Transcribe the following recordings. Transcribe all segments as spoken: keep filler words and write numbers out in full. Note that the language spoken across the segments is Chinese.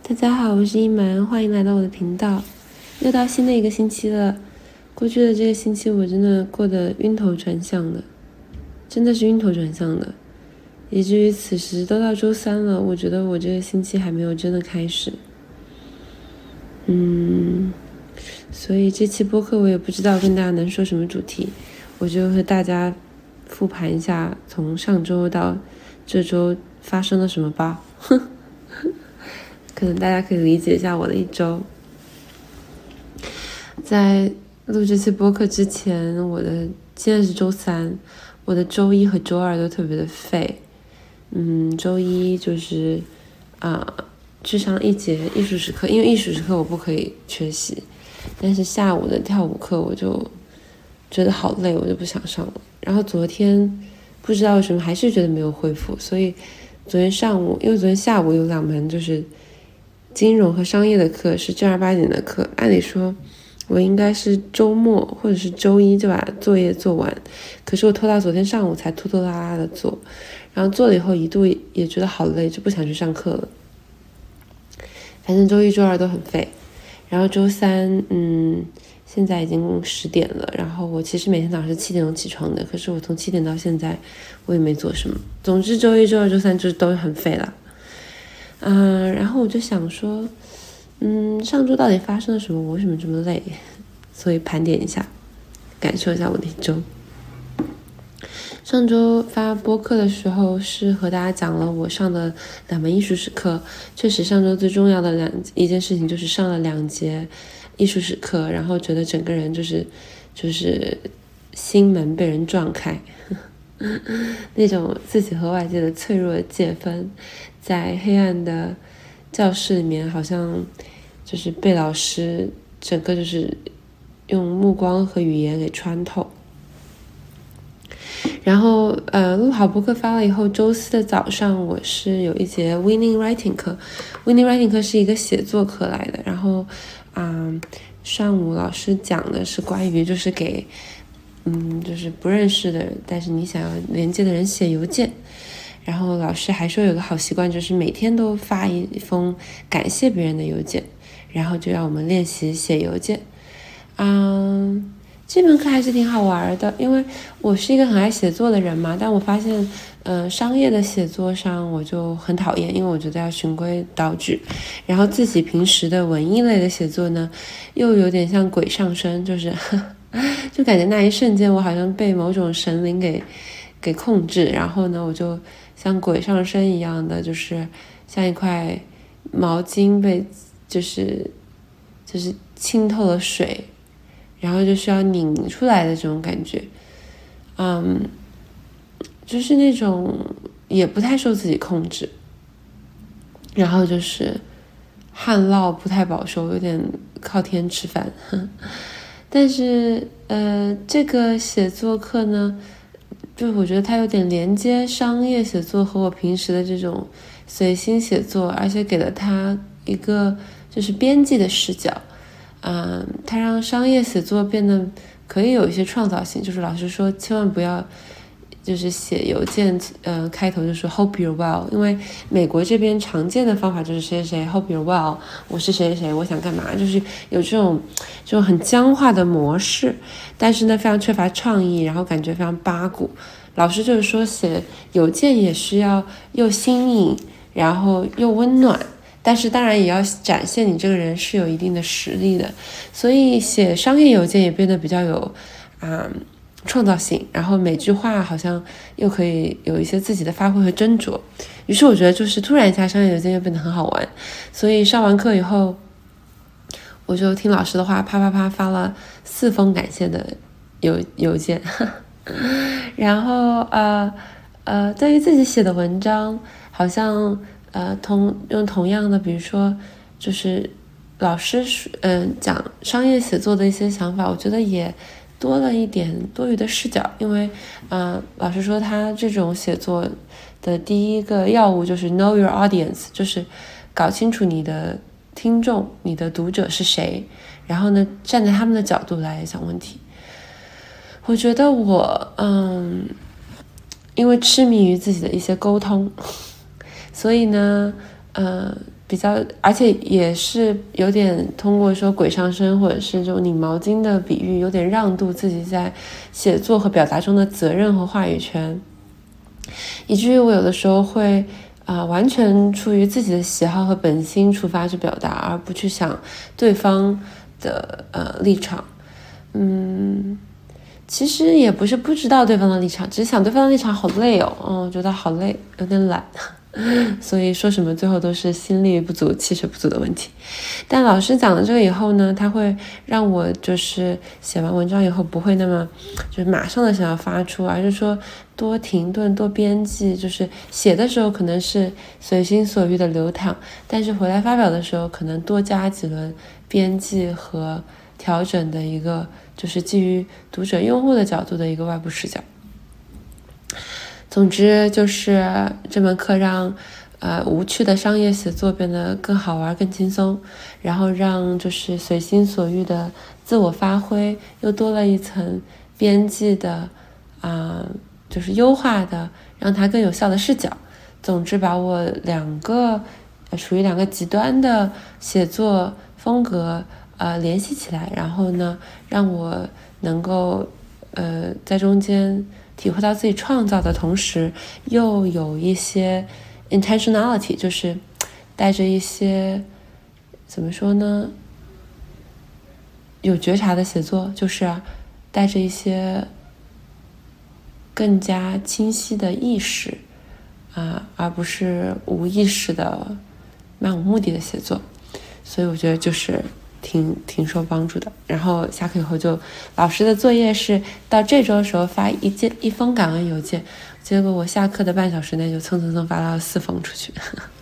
大家好，我是一门，欢迎来到我的频道。又到新的一个星期了，过去的这个星期我真的过得晕头转向的，真的是晕头转向的，以至于此时都到周三了，我觉得我这个星期还没有真的开始。嗯，所以这期播客我也不知道跟大家能说什么主题，我就和大家复盘一下从上周到这周发生了什么吧。可能大家可以理解一下我的一周。在录这期播客之前，我的现在是周三，我的周一和周二都特别的废。嗯，周一就是啊、呃，去上一节艺术史课，因为艺术史课我不可以缺席，但是下午的跳舞课我就觉得好累，我就不想上了。然后昨天不知道为什么还是觉得没有恢复，所以昨天上午，因为昨天下午有两门就是金融和商业的课是正儿八经的课，按理说我应该是周末或者是周一就把作业做完，可是我拖到昨天上午才拖拖拉拉的做，然后做了以后一度也觉得好累，就不想去上课了。反正周一周二都很废，然后周三嗯现在已经十点了，然后我其实每天早上是七点钟起床的，可是我从七点到现在我也没做什么。总之周一周二周三就都很废了。嗯、呃，然后我就想说，嗯，上周到底发生了什么？我为什么这么累？所以盘点一下，感受一下我的一周。上周发播客的时候是和大家讲了我上的两门艺术史课，确实上周最重要的两一件事情就是上了两节艺术史课，然后觉得整个人就是就是心门被人撞开，那种自己和外界的脆弱的界分，在黑暗的教室里面好像就是被老师整个就是用目光和语言给穿透。然后呃，录好播客发了以后，周四的早上我是有一节 Winning Writing 课 Winning Writing 课是一个写作课来的，然后啊、呃，上午老师讲的是关于就是给嗯就是不认识的人但是你想要连接的人写邮件，然后老师还说有个好习惯，就是每天都发一封感谢别人的邮件，然后就让我们练习写邮件。嗯，这门课还是挺好玩的，因为我是一个很爱写作的人嘛，但我发现嗯、呃，商业的写作上我就很讨厌，因为我觉得要循规蹈矩，然后自己平时的文艺类的写作呢又有点像鬼上身，就是就感觉那一瞬间我好像被某种神灵给给控制，然后呢我就像鬼上身一样的，就是像一块毛巾被就是就是浸透了水，然后就需要拧出来的这种感觉。嗯，就是那种也不太受自己控制，然后就是旱涝不太保收，有点靠天吃饭。但是呃，这个写作课呢，就我觉得它有点连接商业写作和我平时的这种随心写作，而且给了它一个就是编辑的视角。嗯，它让商业写作变得可以有一些创造性，就是老师说千万不要就是写邮件呃开头就说 hope you're well， 因为美国这边常见的方法就是谁谁谁 hope you're well， 我是谁谁谁我想干嘛，就是有这种这种很僵化的模式，但是呢非常缺乏创意，然后感觉非常八股。老师就是说写邮件也需要又新颖然后又温暖，但是当然也要展现你这个人是有一定的实力的，所以写商业邮件也变得比较有啊、嗯、创造性，然后每句话好像又可以有一些自己的发挥和斟酌，于是我觉得就是突然一下商业邮件又变得很好玩，所以上完课以后我就听老师的话啪啪啪发了四封感谢的邮邮件。然后呃呃对于自己写的文章好像呃，同用同样的，比如说，就是老师嗯、呃、讲商业写作的一些想法，我觉得也多了一点多余的视角，因为嗯、呃、老师说他这种写作的第一个要务就是 know your audience， 就是搞清楚你的听众、你的读者是谁，然后呢站在他们的角度来想问题。我觉得我嗯，因为痴迷于自己的一些沟通。所以呢，呃， 比较，而且也是有点通过说鬼上身或者是这种拧毛巾的比喻，有点让渡自己在写作和表达中的责任和话语权，以至于我有的时候会啊、呃，完全出于自己的喜好和本心出发去表达，而不去想对方的呃立场。嗯，其实也不是不知道对方的立场，只是想对方的立场好累哦，嗯，我觉得好累，有点懒。所以说什么最后都是心力不足气血不足的问题。但老师讲了这个以后呢，他会让我就是写完文章以后不会那么就是马上的想要发出，而是说多停顿多编辑，就是写的时候可能是随心所欲的流淌，但是回来发表的时候可能多加几轮编辑和调整的一个就是基于读者用户的角度的一个外部视角。总之就是这门课让呃无趣的商业写作变得更好玩更轻松，然后让就是随心所欲的自我发挥又多了一层编辑的啊、呃、就是优化的让它更有效的视角。总之把我两个属于两个极端的写作风格呃联系起来，然后呢让我能够呃在中间体会到自己创造的同时又有一些 intentionality， 就是带着一些怎么说呢，有觉察的写作，就是带着一些更加清晰的意识啊，而不是无意识的漫无目的的写作。所以我觉得就是挺挺受帮助的。然后下课以后就老师的作业是到这周的时候发一件一封感恩邮件，结果我下课的半小时内就蹭蹭蹭发了四封出去。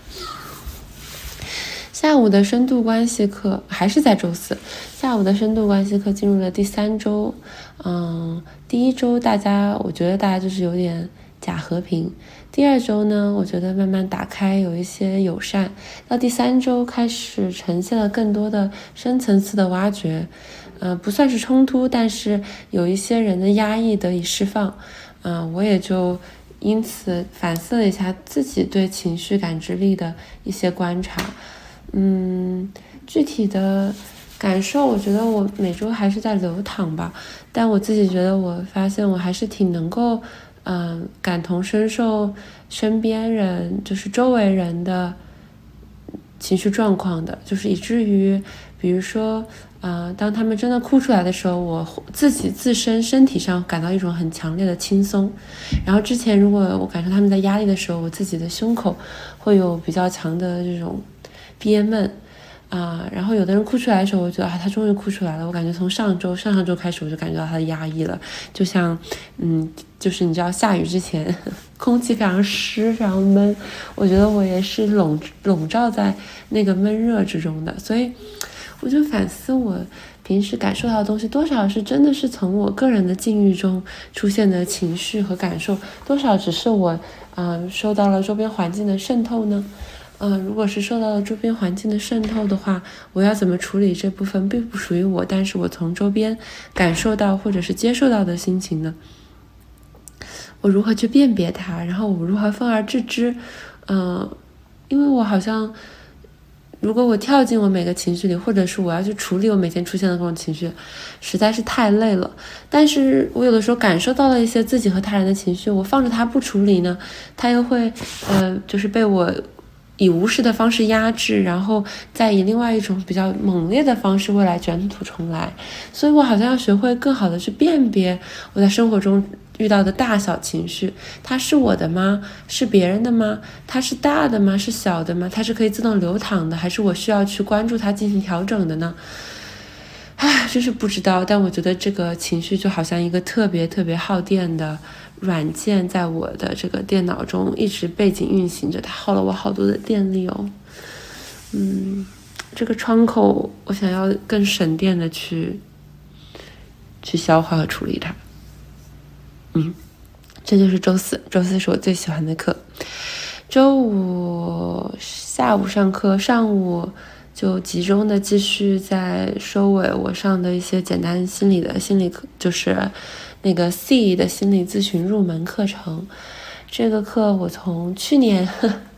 下午的深度关系课还是在周四，下午的深度关系课进入了第三周。嗯，第一周大家我觉得大家就是有点假和平，第二周呢我觉得慢慢打开，有一些友善，到第三周开始呈现了更多的深层次的挖掘。呃，不算是冲突，但是有一些人的压抑得以释放。嗯、呃，我也就因此反思了一下自己对情绪感知力的一些观察。嗯，具体的感受我觉得我每周还是在流淌吧，但我自己觉得我发现我还是挺能够嗯、呃，感同身受身边人就是周围人的情绪状况的，就是以至于比如说呃，当他们真的哭出来的时候，我自己自身身体上感到一种很强烈的轻松。然后之前如果我感受他们在压力的时候，我自己的胸口会有比较强的这种憋闷啊、呃，然后有的人哭出来的时候，我觉得啊，他终于哭出来了。我感觉从上周上上周开始，我就感觉到他的压抑了，就像嗯，就是你知道下雨之前，空气非常湿，非常闷，我觉得我也是笼笼罩在那个闷热之中的，所以我就反思我平时感受到的东西，多少是真的是从我个人的境遇中出现的情绪和感受，多少只是我嗯、呃、受到了周边环境的渗透呢？嗯、呃，如果是受到了周边环境的渗透的话，我要怎么处理这部分并不属于我，但是我从周边感受到或者是接受到的心情呢？我如何去辨别它，然后我如何分而治之？嗯、呃，因为我好像如果我跳进我每个情绪里，或者是我要去处理我每天出现的各种情绪，实在是太累了。但是我有的时候感受到了一些自己和他人的情绪，我放着它不处理呢，它又会呃，就是被我以无视的方式压制，然后再以另外一种比较猛烈的方式未来卷土重来。所以我好像要学会更好的去辨别我在生活中遇到的大小情绪，它是我的吗？是别人的吗？它是大的吗？是小的吗？它是可以自动流淌的，还是我需要去关注它进行调整的呢？唉，真是不知道。但我觉得这个情绪就好像一个特别特别耗电的软件，在我的这个电脑中一直背景运行着，它耗了我好多的电力哦。嗯，这个窗口我想要更省电的去去消化和处理它。嗯，这就是周四，周四是我最喜欢的课。周五下午上课，上午就集中的继续在收尾我上的一些简单心理的心理课，就是那个 C 的心理咨询入门课程。这个课我从去年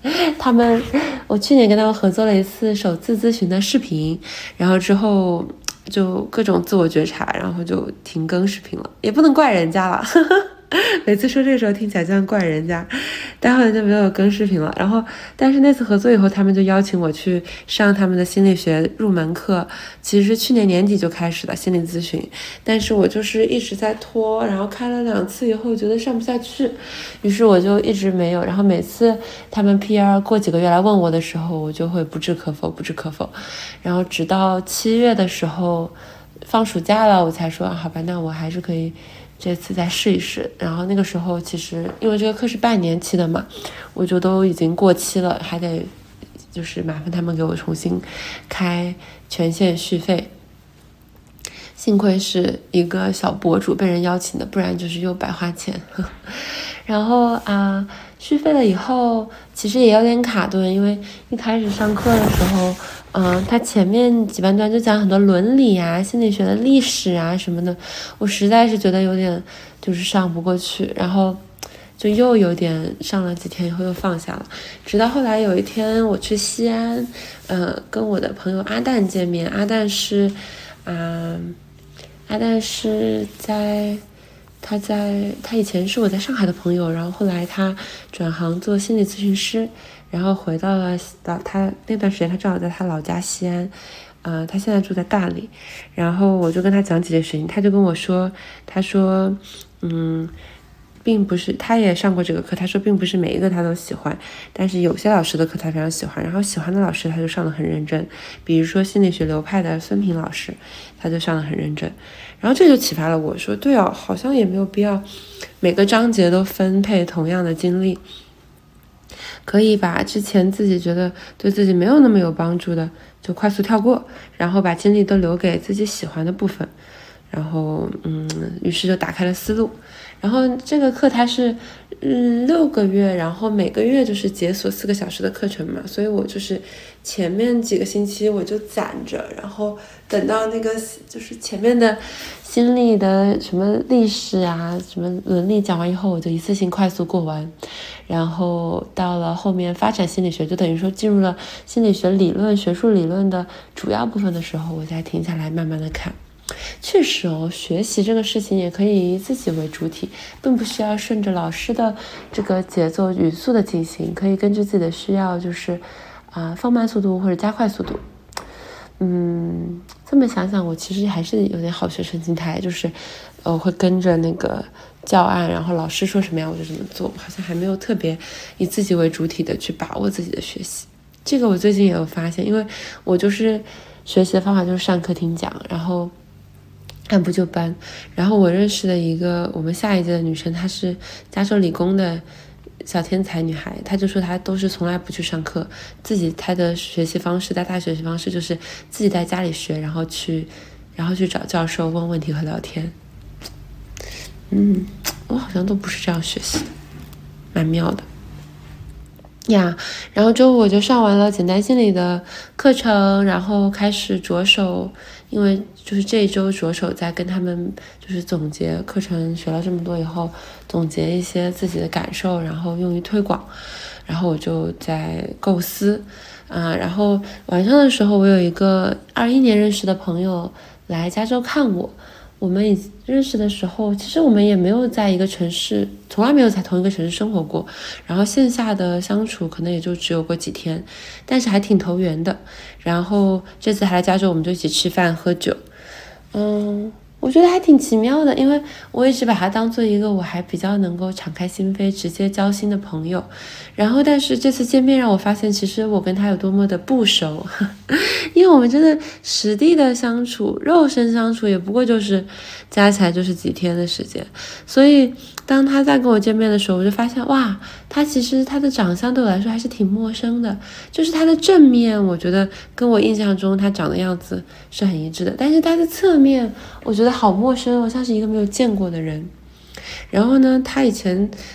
他们，我去年跟他们合作了一次首次咨询的视频，然后之后就各种自我觉察，然后就停更视频了，也不能怪人家了。每次说这个时候听起来就像怪人家，但后来就没有更视频了。然后，但是那次合作以后，他们就邀请我去上他们的心理学入门课，其实是去年年底就开始了心理咨询，但是我就是一直在拖，然后开了两次以后觉得上不下去，于是我就一直没有。然后每次他们 P R 过几个月来问我的时候，我就会不置可否，不置可否。然后直到七月的时候放暑假了，我才说好吧，那我还是可以这次再试一试。然后那个时候其实因为这个课是半年期的嘛，我就都已经过期了，还得就是麻烦他们给我重新开权限续费。幸亏是一个小博主被人邀请的，不然就是又白花钱。然后啊、呃，续费了以后其实也有点卡顿，因为一开始上课的时候嗯、呃，他前面几班段就讲很多伦理啊、心理学的历史啊什么的，我实在是觉得有点就是上不过去，然后就又有点上了几天以后又放下了。直到后来有一天我去西安，呃，跟我的朋友阿蛋见面。阿蛋是啊、呃，阿蛋是在他在他以前是我在上海的朋友，然后后来他转行做心理咨询师，然后回到了老他那段时间他正好在他老家西安，呃，他现在住在大理。然后我就跟他讲几件事情，他就跟我说，他说嗯并不是，他也上过这个课，他说并不是每一个他都喜欢，但是有些老师的课他非常喜欢，然后喜欢的老师他就上得很认真，比如说心理学流派的孙平老师，他就上得很认真。然后这就启发了我说，对哦，好像也没有必要每个章节都分配同样的精力，可以把之前自己觉得对自己没有那么有帮助的就快速跳过，然后把精力都留给自己喜欢的部分。然后嗯，于是就打开了思路。然后这个课它是嗯六个月，然后每个月就是解锁四个小时的课程嘛，所以我就是前面几个星期我就攒着，然后等到那个就是前面的心理的什么历史啊、什么伦理讲完以后，我就一次性快速过完。然后到了后面发展心理学，就等于说进入了心理学理论、学术理论的主要部分的时候，我再停下来慢慢的看。确实哦，学习这个事情也可以以自己为主体，并不需要顺着老师的这个节奏语速的进行，可以根据自己的需要，就是啊、呃、放慢速度或者加快速度。嗯，这么想想，我其实还是有点好学生心态，就是呃我会跟着那个教案，然后老师说什么样我就怎么做，好像还没有特别以自己为主体的去把握自己的学习。这个我最近也有发现，因为我就是学习的方法就是上课听讲，然后按部就班。然后我认识的一个我们下一届的女生，她是加州理工的小天才女孩，她就说她都是从来不去上课，自己她的学习方式，在大学学习方式就是自己在家里学，然后去然后去找教授问问题和聊天。嗯，我好像都不是这样学习的，蛮妙的呀。然后周五我就上完了简单心理的课程，然后开始着手，因为就是这一周着手在跟他们就是总结课程学了这么多以后，总结一些自己的感受，然后用于推广。然后我就在构思啊，然后晚上的时候我有一个二一年认识的朋友来加州看我。我们已认识的时候，其实我们也没有在一个城市，从来没有在同一个城市生活过，然后线下的相处可能也就只有过几天，但是还挺投缘的。然后这次还来加州，我们就一起吃饭喝酒。嗯，我觉得还挺奇妙的，因为我一直把他当做一个我还比较能够敞开心扉直接交心的朋友，然后但是这次见面让我发现其实我跟他有多么的不熟因为我们真的实地的相处，肉身相处也不过就是加起来就是几天的时间。所以当他在跟我见面的时候，我就发现哇，他其实他的长相对我来说还是挺陌生的，就是他的正面我觉得跟我印象中他长的样子是很一致的，但是他的侧面我觉得好陌生，我像是一个没有见过的人。然后呢，他以前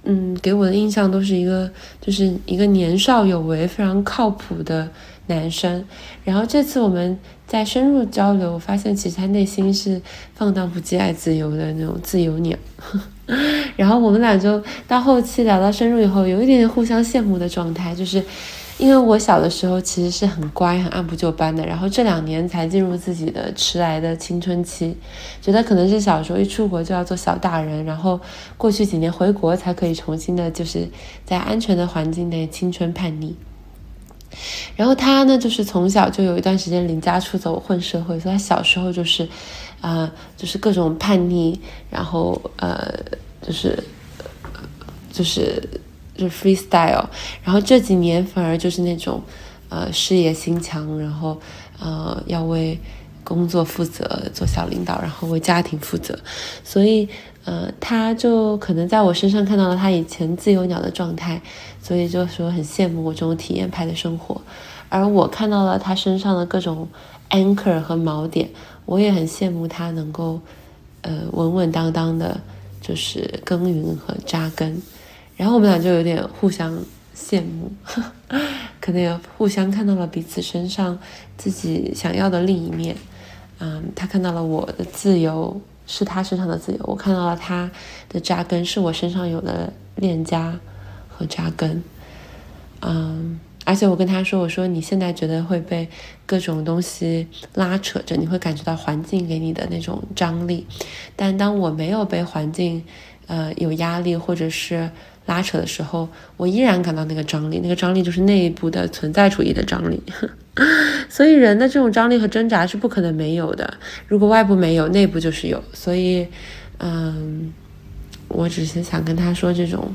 嗯，给我的印象都是一个就是一个年少有为、非常靠谱的男生。然后这次我们在深入交流，发现其实他内心是放荡不羁、爱自由的那种自由鸟。然后我们俩就到后期聊到深入以后，有一点点互相羡慕的状态，就是因为我小的时候其实是很乖、很按部就班的，然后这两年才进入自己的迟来的青春期，觉得可能是小时候一出国就要做小大人，然后过去几年回国才可以重新的，就是在安全的环境内青春叛逆。然后他呢，就是从小就有一段时间离家出走混社会，所以他小时候就是，呃，就是各种叛逆，然后呃，就是就是就是 freestyle， 然后这几年反而就是那种呃事业心强，然后呃要为工作负责，做小领导，然后为家庭负责，所以呃他就可能在我身上看到了他以前自由鸟的状态，所以就说很羡慕我这种体验派的生活。而我看到了他身上的各种 anchor 和锚点，我也很羡慕他能够呃稳稳当当的就是耕耘和扎根。然后我们俩就有点互相羡慕，可能也互相看到了彼此身上自己想要的另一面。嗯，他看到了我的自由是他身上的自由，我看到了他的扎根是我身上有的链家和扎根。嗯，而且我跟他说，我说你现在觉得会被各种东西拉扯着，你会感觉到环境给你的那种张力，但当我没有被环境呃有压力或者是拉扯的时候，我依然感到那个张力，那个张力就是内部的存在主义的张力。所以人的这种张力和挣扎是不可能没有的，如果外部没有，内部就是有。所以嗯，我只是想跟他说，这种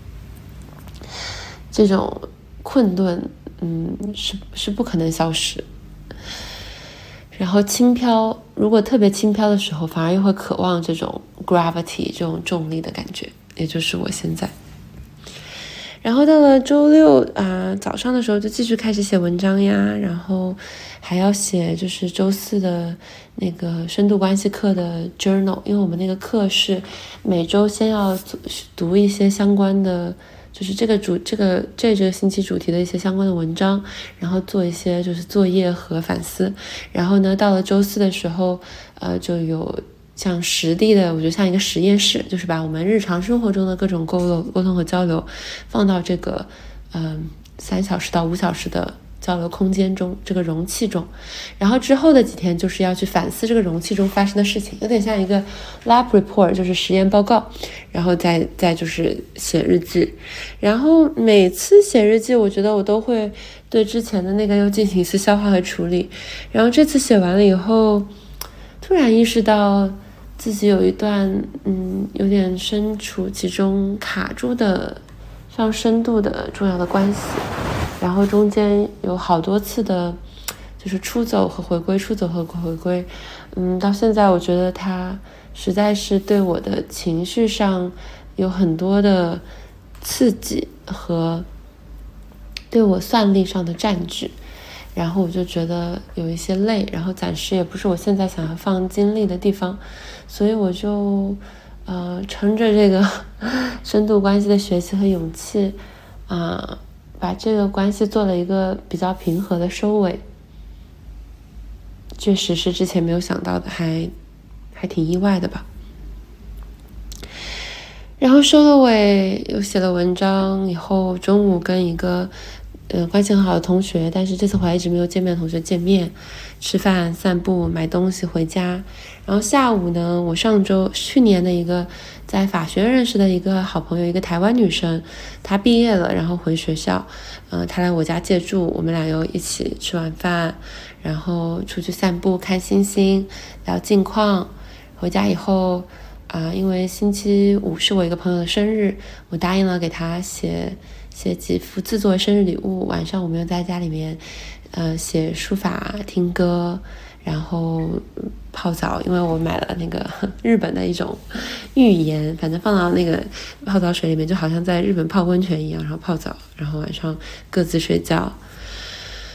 这种困顿嗯是是不可能消失。然后轻飘，如果特别轻飘的时候，反而又会渴望这种 gravity 这种重力的感觉，也就是我现在。然后到了周六啊、呃、早上的时候就继续开始写文章呀，然后还要写就是周四的那个深度关系课的 journal， 因为我们那个课是每周先要读一些相关的，就是这个主这个这这个星期主题的一些相关的文章，然后做一些就是作业和反思。然后呢，到了周四的时候，呃，就有像实地的，我觉得像一个实验室，就是把我们日常生活中的各种沟通、沟通和交流，放到这个嗯三小时到五小时的交流空间中，这个容器中。然后之后的几天就是要去反思这个容器中发生的事情，有点像一个 lab report， 就是实验报告，然后再再就是写日记。然后每次写日记，我觉得我都会对之前的那个又进行一次消化和处理。然后这次写完了以后，突然意识到自己有一段嗯有点身处其中卡住的非常深度的重要的关系，然后中间有好多次的就是出走和回归，出走和回归。嗯，到现在我觉得它实在是对我的情绪上有很多的刺激和对我算力上的占据，然后我就觉得有一些累，然后暂时也不是我现在想要放精力的地方，所以我就呃乘着这个深度关系的学习和勇气啊、呃，把这个关系做了一个比较平和的收尾。确实是之前没有想到的，还还挺意外的吧。然后收了尾，又写了文章以后，中午跟一个呃关系很好的同学，但是这次回来一直没有见面的同学见面，吃饭、散步、买东西回家。然后下午呢，我上周去年的一个在法学院认识的一个好朋友，一个台湾女生，她毕业了，然后回学校，呃，她来我家借住，我们俩又一起吃完饭，然后出去散步、看星星、聊近况。回家以后啊、呃，因为星期五是我一个朋友的生日，我答应了给他写写几幅字作为生日礼物。晚上我们又在家里面，呃，写书法、听歌，然后泡澡，因为我买了那个日本的一种浴盐，反正放到那个泡澡水里面，就好像在日本泡温泉一样，然后泡澡，然后晚上各自睡觉。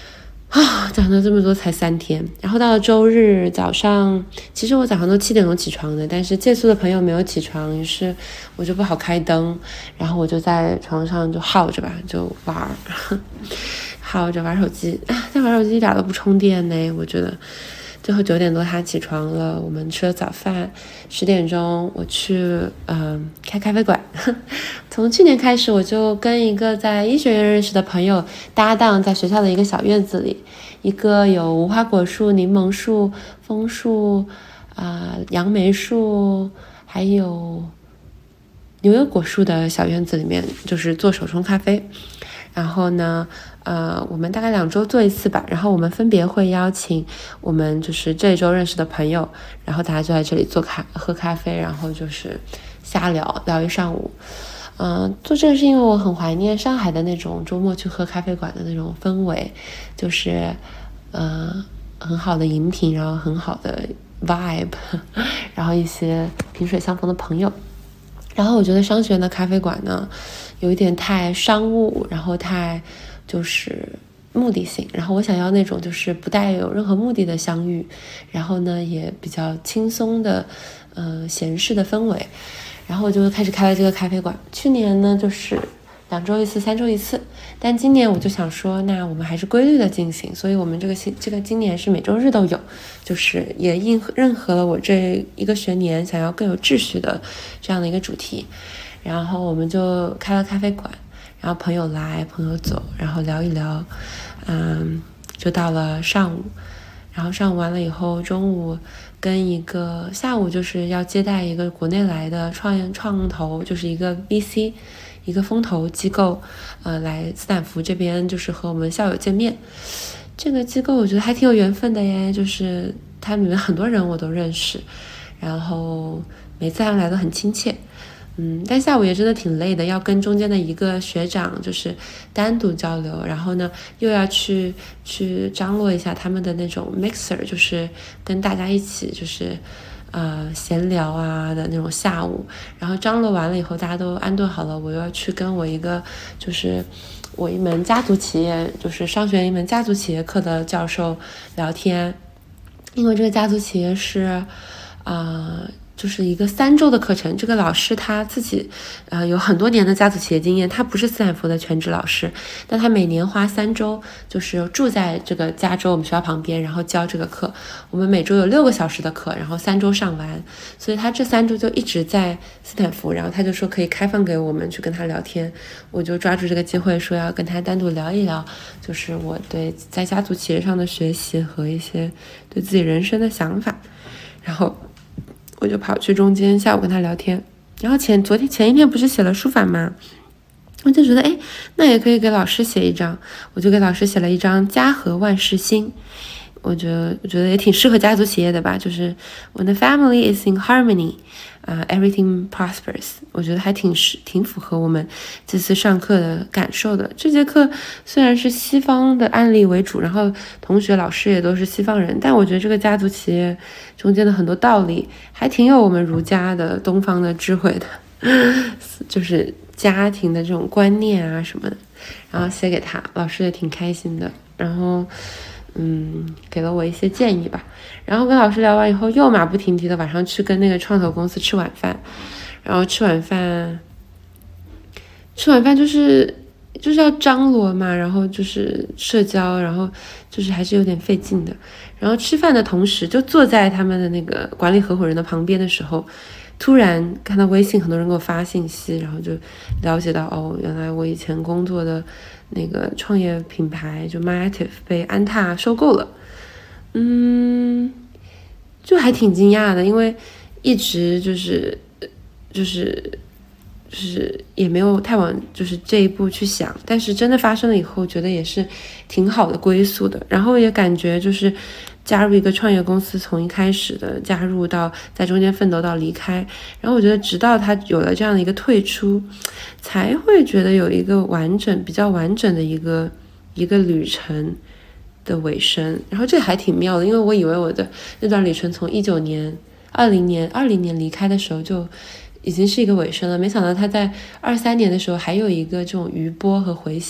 啊，讲了这么多才三天，然后到了周日早上，其实我早上都七点钟起床的，但是借宿的朋友没有起床，于是我就不好开灯，然后我就在床上就耗着吧，就玩，耗着玩手机，但玩手机一点都不充电呢，我觉得。最后九点多他起床了，我们吃了早饭，十点钟我去嗯、呃、开咖啡馆。从去年开始，我就跟一个在医学院认识的朋友搭档，在学校的一个小院子里，一个有无花果树、柠檬树、枫树啊、呃、杨梅树，还有牛油果树的小院子里面，就是做手冲咖啡。然后呢，呃，我们大概两周做一次吧。然后我们分别会邀请我们就是这一周认识的朋友，然后大家就在这里做咖喝咖啡，然后就是瞎聊聊一上午。嗯、呃，做这个是因为我很怀念上海的那种周末去喝咖啡馆的那种氛围，就是呃很好的饮品，然后很好的 vibe， 然后一些萍水相逢的朋友。然后我觉得商学院的咖啡馆呢，有一点太商务，然后太就是目的性，然后我想要那种就是不带有任何目的的相遇，然后呢也比较轻松的呃闲适的氛围，然后我就开始开了这个咖啡馆。去年呢就是两周一次，三周一次，但今年我就想说，那我们还是规律的进行，所以我们这个这个今年是每周日都有，就是也应认可了我这一个学年想要更有秩序的这样的一个主题。然后我们就开了咖啡馆，然后朋友来朋友走，然后聊一聊，嗯，就到了上午，然后上午完了以后，中午跟一个下午就是要接待一个国内来的创业创投，就是一个 V C。一个风投机构，呃，来斯坦福这边就是和我们校友见面。这个机构我觉得还挺有缘分的耶，就是他们里面很多人我都认识，然后每次他们来都很亲切。嗯，但下午也真的挺累的，要跟中间的一个学长就是单独交流，然后呢又要去去张罗一下他们的那种 mixer， 就是跟大家一起就是呃闲聊啊的那种下午，然后张罗完了以后大家都安顿好了，我又要去跟我一个就是我一门家族企业就是商学院一门家族企业课的教授聊天，因为这个家族企业是啊、呃就是一个三周的课程，这个老师他自己呃有很多年的家族企业经验，他不是斯坦福的全职老师，但他每年花三周就是住在这个加州我们学校旁边，然后教这个课。我们每周有六个小时的课，然后三周上完，所以他这三周就一直在斯坦福，然后他就说可以开放给我们去跟他聊天，我就抓住这个机会说要跟他单独聊一聊，就是我对在家族企业上的学习和一些对自己人生的想法，然后我就跑去中间下午跟他聊天，然后前昨天前一天不是写了书法吗？我就觉得哎，那也可以给老师写一张，我就给老师写了一张家和万事兴。我觉得我觉得也挺适合家族企业的吧，就是 When the family is in harmony， 啊、uh, ，everything prospers。我觉得还挺是挺符合我们这次上课的感受的。这节课虽然是西方的案例为主，然后同学老师也都是西方人，但我觉得这个家族企业中间的很多道理还挺有我们儒家的东方的智慧的，就是家庭的这种观念啊什么的。然后写给他，老师也挺开心的。然后。嗯，给了我一些建议吧。然后跟老师聊完以后，又马不停蹄的晚上去跟那个创投公司吃晚饭。然后吃晚饭，吃晚饭就是就是要张罗嘛，然后就是社交，然后就是还是有点费劲的。然后吃饭的同时，就坐在他们的那个管理合伙人的旁边的时候，突然看到微信很多人给我发信息，然后就了解到哦，原来我以前工作的那个创业品牌就 MyActive 被安踏收购了，嗯，就还挺惊讶的，因为一直就是就是就是也没有太往就是这一步去想，但是真的发生了以后，觉得也是挺好的归宿的，然后也感觉就是加入一个创业公司，从一开始的加入到在中间奋斗到离开，然后我觉得直到他有了这样的一个退出，才会觉得有一个完整比较完整的一个一个旅程的尾声。然后这还挺妙的，因为我以为我的那段旅程从一九年二零年二零年离开的时候就已经是一个尾声了，没想到他在二三年的时候还有一个这种余波和回响。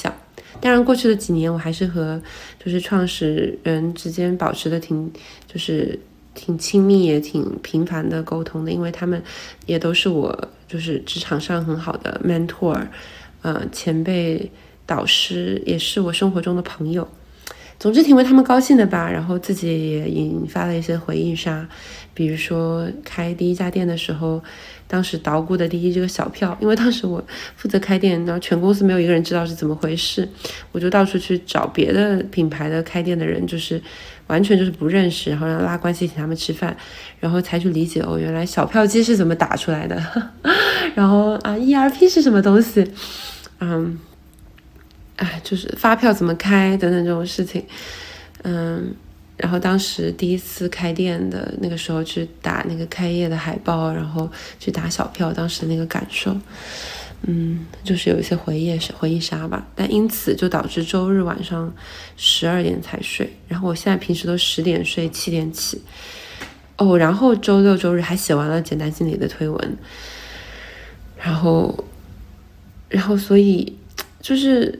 当然过去的几年我还是和就是创始人之间保持的挺就是挺亲密也挺频繁的沟通的，因为他们也都是我就是职场上很好的 mentor， 呃前辈导师，也是我生活中的朋友。总之挺为他们高兴的吧，然后自己也引发了一些回忆杀，比如说开第一家店的时候，当时捣鼓的第一这个小票，因为当时我负责开店，然后全公司没有一个人知道是怎么回事，我就到处去找别的品牌的开店的人，就是完全就是不认识，然后让拉关系请他们吃饭，然后才去理解哦，原来小票机是怎么打出来的，然后啊 E R P 是什么东西，嗯。哎，就是发票怎么开等等这种事情，嗯，然后当时第一次开店的那个时候去打那个开业的海报，然后去打小票，当时那个感受，嗯，就是有一些回忆回忆杀吧。但因此就导致周日晚上十二点才睡，然后我现在平时都十点睡，七点起。哦，然后周六周日还写完了简单心理的推文，然后，然后所以就是。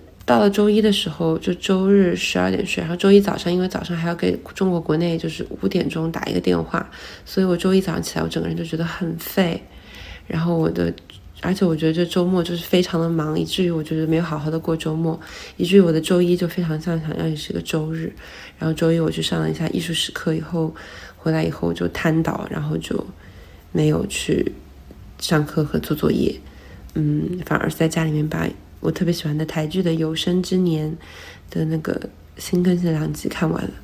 到了周一的时候，就周日十二点睡，然后周一早上，因为早上还要给中国国内就是五点钟打一个电话，所以我周一早上起来，我整个人就觉得很废。然后我的，而且我觉得这周末就是非常的忙，以至于我觉得没有好好的过周末，以至于我的周一就非常像想要也是个周日。然后周一我去上了一下艺术史课，以后回来以后就瘫倒，然后就没有去上课和做作业，嗯，反而是在家里面把。我特别喜欢的台剧的《有生之年》的那个新更新的两集看完了，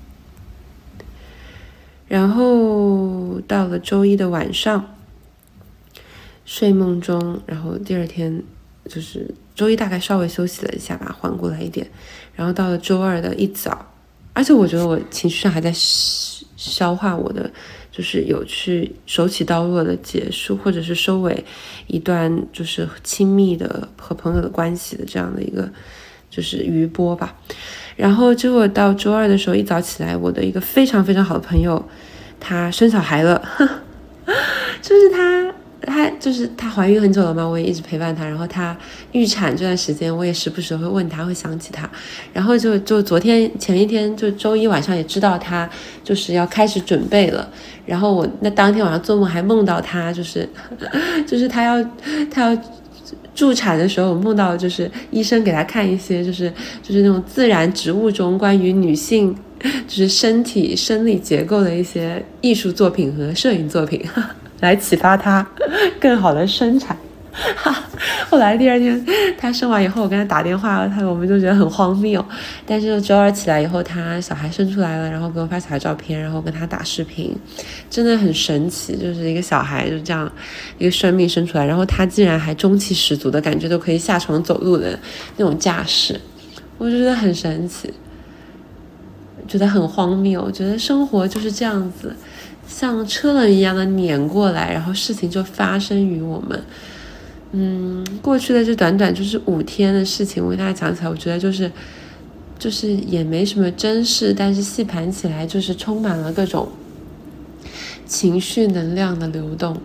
然后到了周一的晚上，睡梦中，然后第二天就是周一大概稍微休息了一下吧，缓过来一点，然后到了周二的一早，而且我觉得我情绪上还在消化我的。就是有去手起刀落的结束，或者是收尾一段就是亲密的和朋友的关系的这样的一个就是余波吧。然后结果到周二的时候一早起来，我的一个非常非常好的朋友她生小孩了，就是她她就是她怀孕很久了嘛，我也一直陪伴她，然后她预产这段时间我也时不时会问她，会想起她，然后就就昨天前一天就周一晚上也知道她就是要开始准备了，然后我那当天晚上做梦还梦到她就是就是她要她要助产的时候，我梦到就是医生给她看一些就是就是那种自然植物中关于女性就是身体生理结构的一些艺术作品和摄影作品来启发她更好的生产。后来第二天她生完以后，我跟她打电话，她我们就觉得很荒谬。但是周二起来以后，她小孩生出来了，然后给我发小孩照片，然后跟她打视频，真的很神奇，就是一个小孩就这样一个生命生出来，然后她竟然还中气十足的感觉，都可以下床走路的那种架势，我就觉得很神奇，觉得很荒谬。我觉得生活就是这样子，像车轮一样的碾过来，然后事情就发生于我们。嗯，过去的这短短就是五天的事情，我跟大家讲起来，我觉得就是就是也没什么真事，但是细盘起来就是充满了各种情绪能量的流动，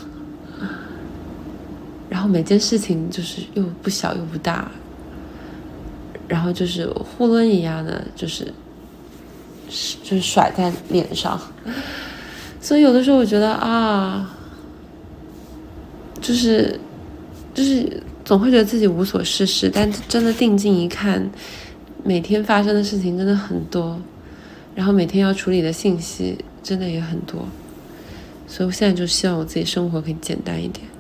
然后每件事情就是又不小又不大，然后就是呼伦一样的就是就是甩在脸上，所以有的时候我觉得啊，就是就是总会觉得自己无所事事，但真的定睛一看，每天发生的事情真的很多，然后每天要处理的信息真的也很多，所以我现在就希望我自己生活可以简单一点，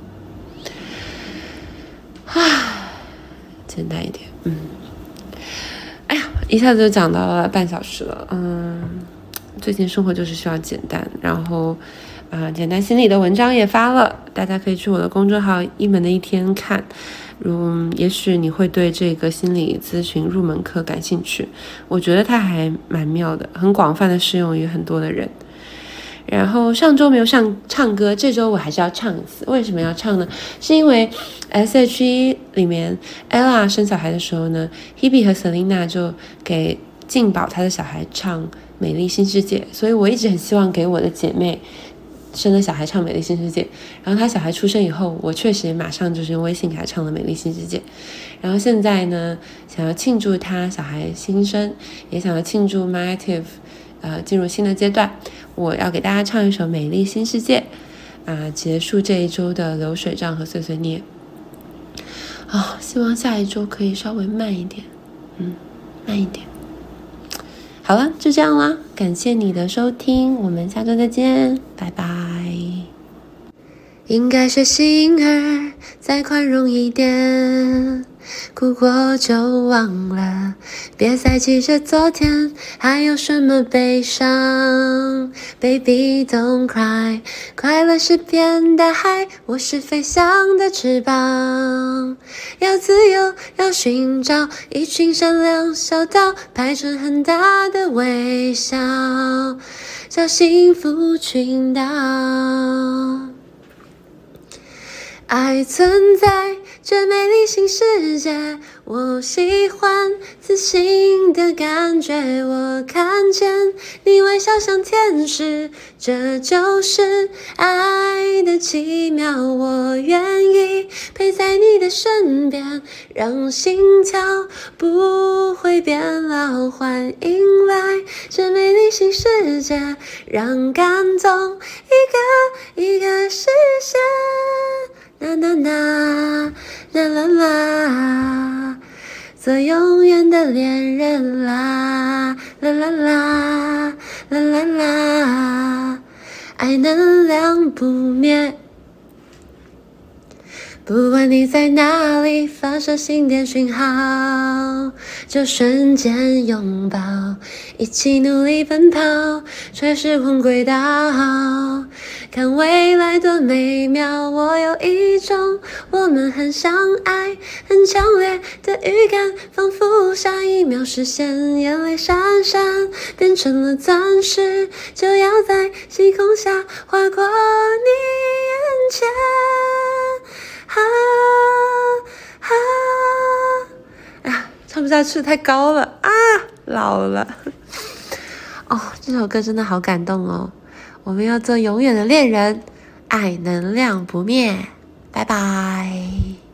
唉，简单一点，嗯，哎呀，一下子就讲到了半小时了，嗯，最近生活就是需要简单，然后啊、呃，简单心理的文章也发了，大家可以去我的公众号一门的一天看，嗯，也许你会对这个心理咨询入门课感兴趣，我觉得它还蛮妙的，很广泛的适用于很多的人。然后上周没有上唱歌，这周我还是要唱一次。为什么要唱呢？是因为 S H E 里面 Ella 生小孩的时候呢 Hebe 和 Selina 就给静宝她的小孩唱美丽新世界，所以我一直很希望给我的姐妹生了小孩唱《美丽新世界》，然后他小孩出生以后，我确实也马上就是用微信给他唱了《美丽新世界》。然后现在呢，想要庆祝他小孩新生，也想要庆祝 MyActive 呃进入新的阶段，我要给大家唱一首《美丽新世界》啊，结束这一周的流水账和碎碎念。啊、哦，希望下一周可以稍微慢一点，嗯，慢一点。好了，就这样啦，感谢你的收听，我们下周再见，拜拜。应该学星儿再宽容一点，哭过就忘了，别再记着昨天还有什么悲伤。 Baby don't cry， 快乐是片大海，我是飞翔的翅膀，要自由，要寻找一群善良小岛，排成很大的微笑，叫幸福群岛。爱存在这美丽新世界，我喜欢自信的感觉，我看见你微笑像天使，这就是爱的奇妙，我愿意陪在你的身边，让心跳不会变老，欢迎来这美丽新世界，让感动一个一个实现。啦啦啦啦啦啦，做永远的恋人啦啦啦啦啦啦啦，爱能量不灭。不管你在哪里发射心电讯号，就瞬间拥抱，一起努力奔跑，穿时空轨道，看未来多美妙。我有一种我们很相爱很强烈的预感，仿佛下一秒实现，眼泪闪闪变成了钻石，就要在星空下划过你眼前。啊啊啊！唱不下去，太高了啊！老了。哦，这首歌真的好感动哦！我们要做永远的恋人，爱能量不灭。拜拜。